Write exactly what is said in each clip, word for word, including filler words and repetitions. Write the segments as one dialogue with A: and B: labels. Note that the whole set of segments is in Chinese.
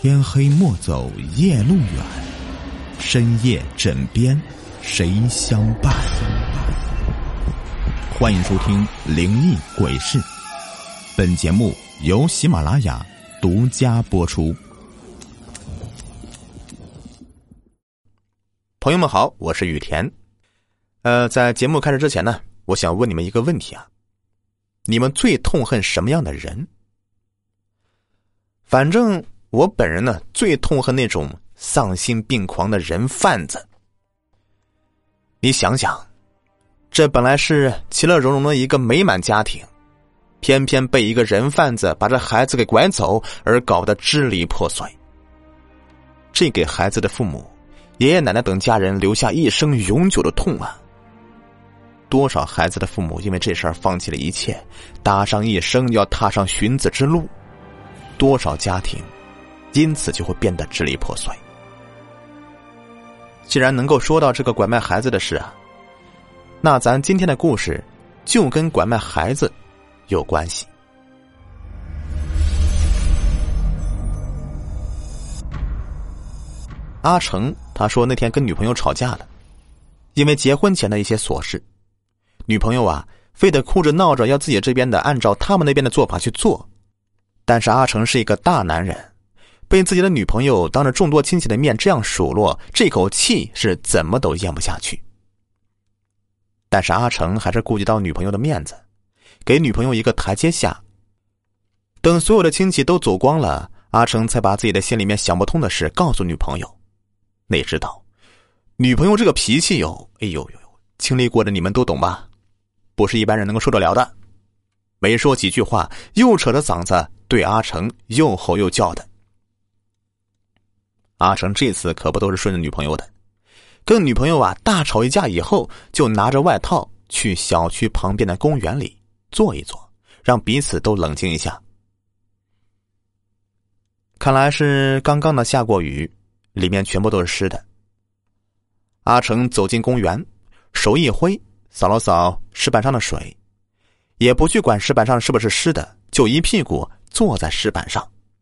A: 天黑莫走夜路远，深夜枕边谁相伴。欢迎收听灵异鬼事，本节目由喜马拉雅独家播出。
B: 朋友们好，我是雨田。呃，在节目开始之前呢，我想问你们一个问题啊，你们最痛恨什么样的人？反正我本人呢，最痛恨那种丧心病狂的人贩子。你想想，这本来是其乐融融的一个美满家庭，偏偏被一个人贩子把这孩子给拐走，而搞得支离破碎。这给孩子的父母、爷爷奶奶等家人留下一生永久的痛啊！多少孩子的父母因为这事儿放弃了一切，搭上一生要踏上寻子之路，多少家庭因此就会变得支离破碎。既然能够说到这个拐卖孩子的事啊，那咱今天的故事就跟拐卖孩子有关系。阿成他说那天跟女朋友吵架了，因为结婚前的一些琐事，女朋友啊非得哭着闹着要自己这边的按照他们那边的做法去做。但是阿成是一个大男人，被自己的女朋友当着众多亲戚的面这样数落，这口气是怎么都咽不下去。但是阿成还是顾及到女朋友的面子，给女朋友一个台阶下。等所有的亲戚都走光了，阿成才把自己的心里面想不通的事告诉女朋友。哪知道女朋友这个脾气哟，哎呦呦，经历过的你们都懂吧，不是一般人能够受得了的。没说几句话，又扯着嗓子对阿成又吼又叫的。阿成这次可不都是顺着女朋友的，跟女朋友啊大吵一架以后，就拿着外套去小区旁边的公园里坐一坐，让彼此都冷静一下。看来是刚刚的下过雨，里面全部都是湿的。阿成走进公园，手一挥，扫了扫石板上的水，也不去管石板上是不是湿的，就一屁股坐在石板上。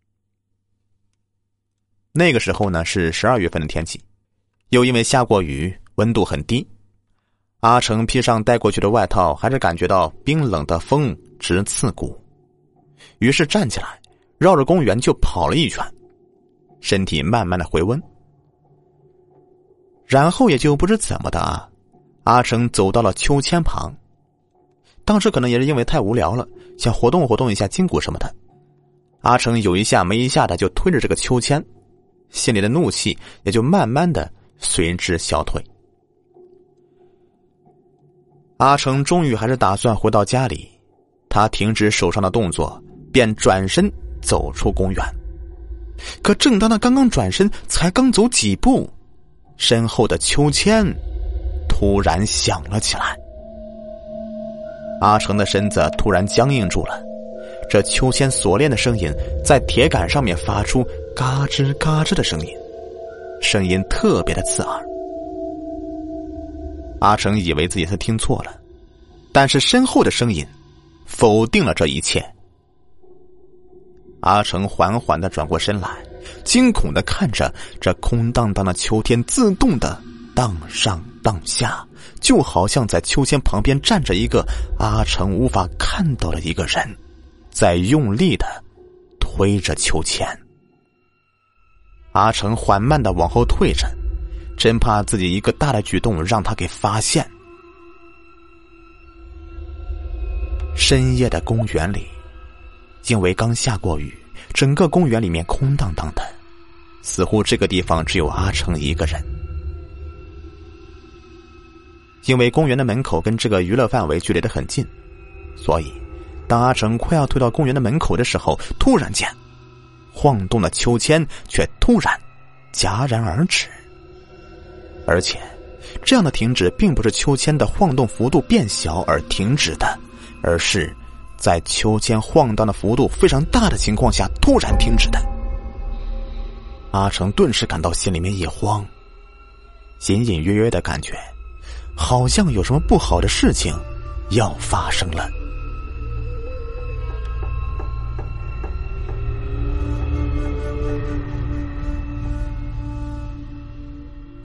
B: 那个时候呢是十二月份的天气，又因为下过雨，温度很低。阿成披上带过去的外套，还是感觉到冰冷的风直刺骨，于是站起来，绕着公园就跑了一圈，身体慢慢的回温。然后也就不知怎么的啊，阿成走到了秋千旁。当时可能也是因为太无聊了，想活动活动一下筋骨什么的，阿成有一下没一下的就推着这个秋千，心里的怒气也就慢慢的随之消退。阿成终于还是打算回到家里，他停止手上的动作，便转身走出公园。可正当他刚刚转身，才刚走几步，身后的秋千突然响了起来。阿成的身子突然僵硬住了，这秋千锁链的声音在铁杆上面发出嘎吱嘎吱的声音，声音特别的刺耳。阿成以为自己是听错了，但是身后的声音否定了这一切。阿成缓缓地转过身来，惊恐地看着这空荡荡的秋天自动地荡上荡下，就好像在秋千旁边站着一个阿成无法看到的一个人，在用力地推着秋千。阿成缓慢地往后退着，真怕自己一个大的举动让他给发现。深夜的公园里，因为刚下过雨，整个公园里面空荡荡的，似乎这个地方只有阿成一个人。因为公园的门口跟这个娱乐范围距离得很近，所以当阿成快要推到公园的门口的时候，突然间晃动的秋千却突然戛然而止。而且这样的停止并不是秋千的晃动幅度变小而停止的，而是在秋千晃荡的幅度非常大的情况下突然停止的。阿成顿时感到心里面一慌，隐隐约约的感觉好像有什么不好的事情要发生了。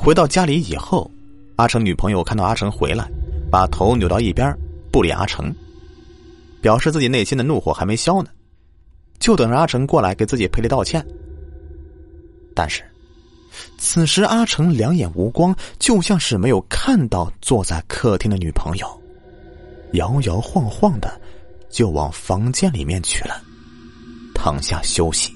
B: 回到家里以后，阿成女朋友看到阿成回来，把头扭到一边不理阿成，表示自己内心的怒火还没消呢，就等着阿成过来给自己赔礼道歉。但是此时阿成两眼无光，就像是没有看到坐在客厅的女朋友，摇摇晃晃的就往房间里面去了，躺下休息。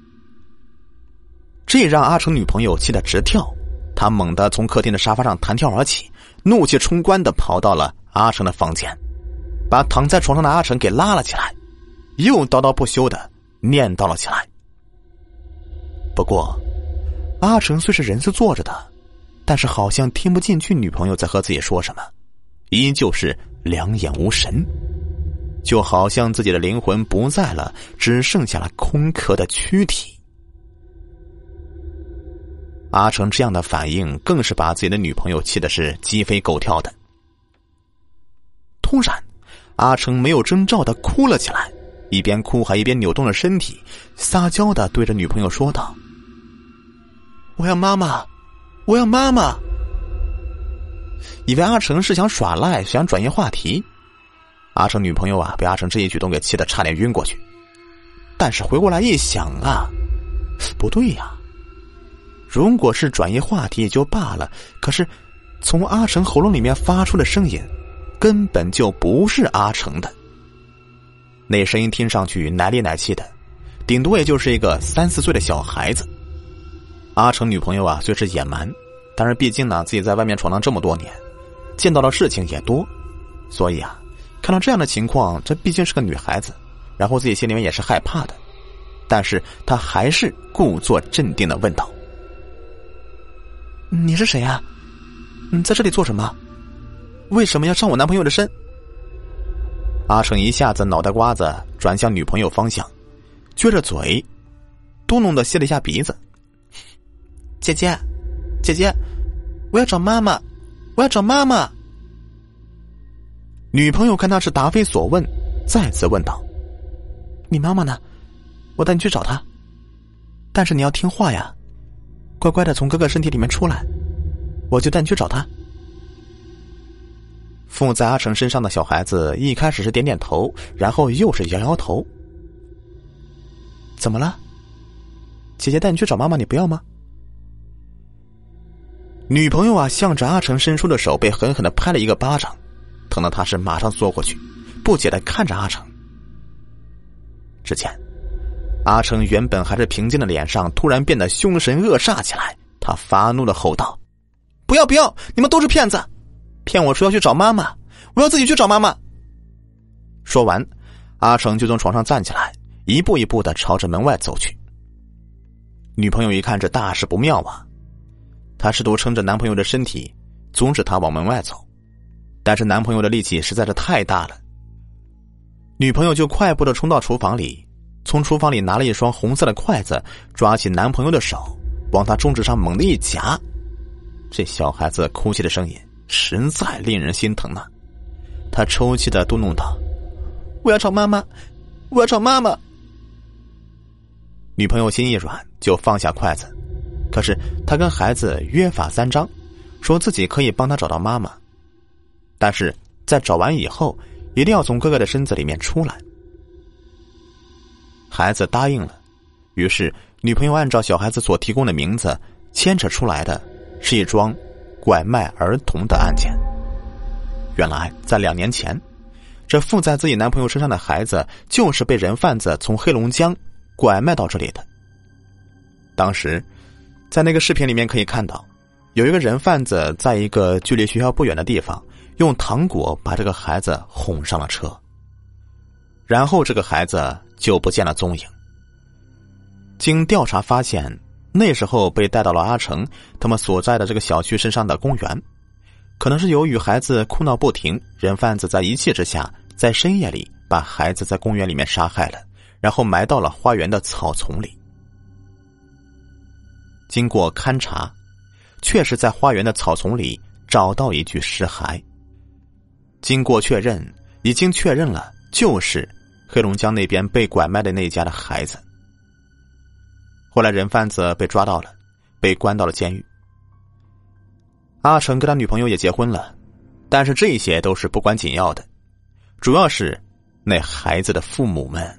B: 这让阿成女朋友气得直跳，她猛地从客厅的沙发上弹跳而起，怒气冲冠的跑到了阿成的房间，把躺在床上的阿成给拉了起来，又叨叨不休的念叨了起来。不过阿成虽是人是坐着的，但是好像听不进去女朋友在和自己说什么，依旧是两眼无神，就好像自己的灵魂不在了，只剩下了空壳的躯体。阿成这样的反应更是把自己的女朋友气的是鸡飞狗跳的。突然阿成没有征兆的哭了起来，一边哭还一边扭动着身体，撒娇的对着女朋友说道：我要妈妈，我要妈妈。以为阿成是想耍赖，想转移话题，阿成女朋友啊被阿成这一举动给气得差点晕过去。但是回过来一想啊，不对呀，如果是转移话题也就罢了，可是从阿成喉咙里面发出的声音根本就不是阿成的，那声音听上去奶里奶气的，顶多也就是一个三四岁的小孩子。阿成女朋友啊虽是野蛮，但是毕竟呢自己在外面闯荡这么多年，见到的事情也多，所以啊看到这样的情况，这毕竟是个女孩子，然后自己心里面也是害怕的，但是她还是故作镇定的问道：你是谁啊？你在这里做什么？为什么要上我男朋友的身？阿成一下子脑袋瓜子转向女朋友方向，撅着嘴嘟哝的吸了一下鼻子：姐姐姐姐，我要找妈妈，我要找妈妈。女朋友看他是答非所问，再次问道：你妈妈呢？我带你去找她，但是你要听话呀，乖乖的从哥哥身体里面出来，我就带你去找她。附在阿成身上的小孩子一开始是点点头，然后又是摇摇头。怎么了？姐姐带你去找妈妈，你不要吗？女朋友啊向着阿成伸出的手被狠狠的拍了一个巴掌，疼得他是马上缩过去，不解的看着阿成。只见阿成原本还是平静的脸上突然变得凶神恶煞起来，他发怒的吼道：不要不要，你们都是骗子，骗我说要去找妈妈，我要自己去找妈妈。说完阿成就从床上站起来，一步一步的朝着门外走去。女朋友一看这大事不妙啊，她试图撑着男朋友的身体阻止他往门外走，但是男朋友的力气实在是太大了。女朋友就快步的冲到厨房里，从厨房里拿了一双红色的筷子，抓起男朋友的手往他中指上猛地一夹。这小孩子哭泣的声音实在令人心疼啊，他抽泣的嘟哝道：我要找妈妈，我要找妈妈。女朋友心一软就放下筷子，可是他跟孩子约法三章，说自己可以帮他找到妈妈，但是在找完以后一定要从哥哥的身子里面出来。孩子答应了，于是女朋友按照小孩子所提供的名字牵扯出来的是一桩拐卖儿童的案件。原来在两年前，这附在自己男朋友身上的孩子就是被人贩子从黑龙江拐卖到这里的。当时在那个视频里面可以看到，有一个人贩子在一个距离学校不远的地方用糖果把这个孩子哄上了车，然后这个孩子就不见了踪影。经调查发现，那时候被带到了阿成他们所在的这个小区身上的公园，可能是由于孩子哭闹不停，人贩子在一气之下在深夜里把孩子在公园里面杀害了，然后埋到了花园的草丛里。经过勘查，确实在花园的草丛里找到一具尸骸。经过确认，已经确认了就是黑龙江那边被拐卖的那家的孩子。后来人贩子被抓到了，被关到了监狱。 阿成跟他女朋友也结婚了，但是这些都是不关紧要的，主要是那孩子的父母们。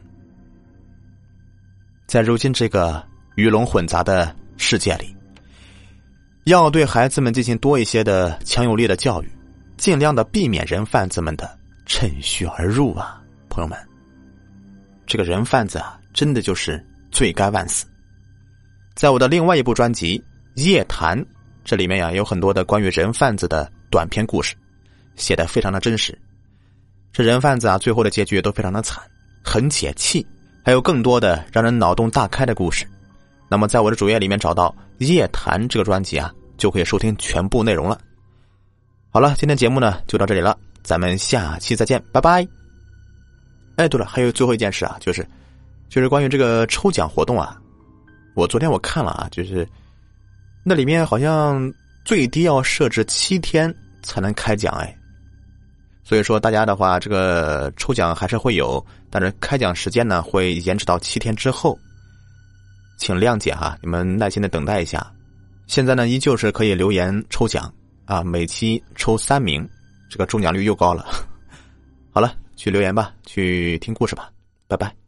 B: 在如今这个鱼龙混杂的世界里，要对孩子们进行多一些的强有力的教育，尽量的避免人贩子们的趁虚而入啊！朋友们，这个人贩子啊，真的就是罪该万死。在我的另外一部专辑《夜谈》，这里面呀、啊、有很多的关于人贩子的短篇故事，写得非常的真实。这人贩子啊，最后的结局都非常的惨，很解气，还有更多的让人脑洞大开的故事。那么在我的主页里面找到《夜谈》这个专辑啊，就可以收听全部内容了。好了，今天节目呢就到这里了，咱们下期再见，拜拜。哎，对了，还有最后一件事啊，就是就是关于这个抽奖活动啊，我昨天我看了啊，就是那里面好像最低要设置七天才能开奖哎，所以说大家的话，这个抽奖还是会有，但是开奖时间呢会延迟到七天之后，请谅解哈，你们耐心的等待一下。现在呢依旧是可以留言抽奖啊，每期抽三名，这个中奖率又高了。好了，去留言吧，去听故事吧，拜拜。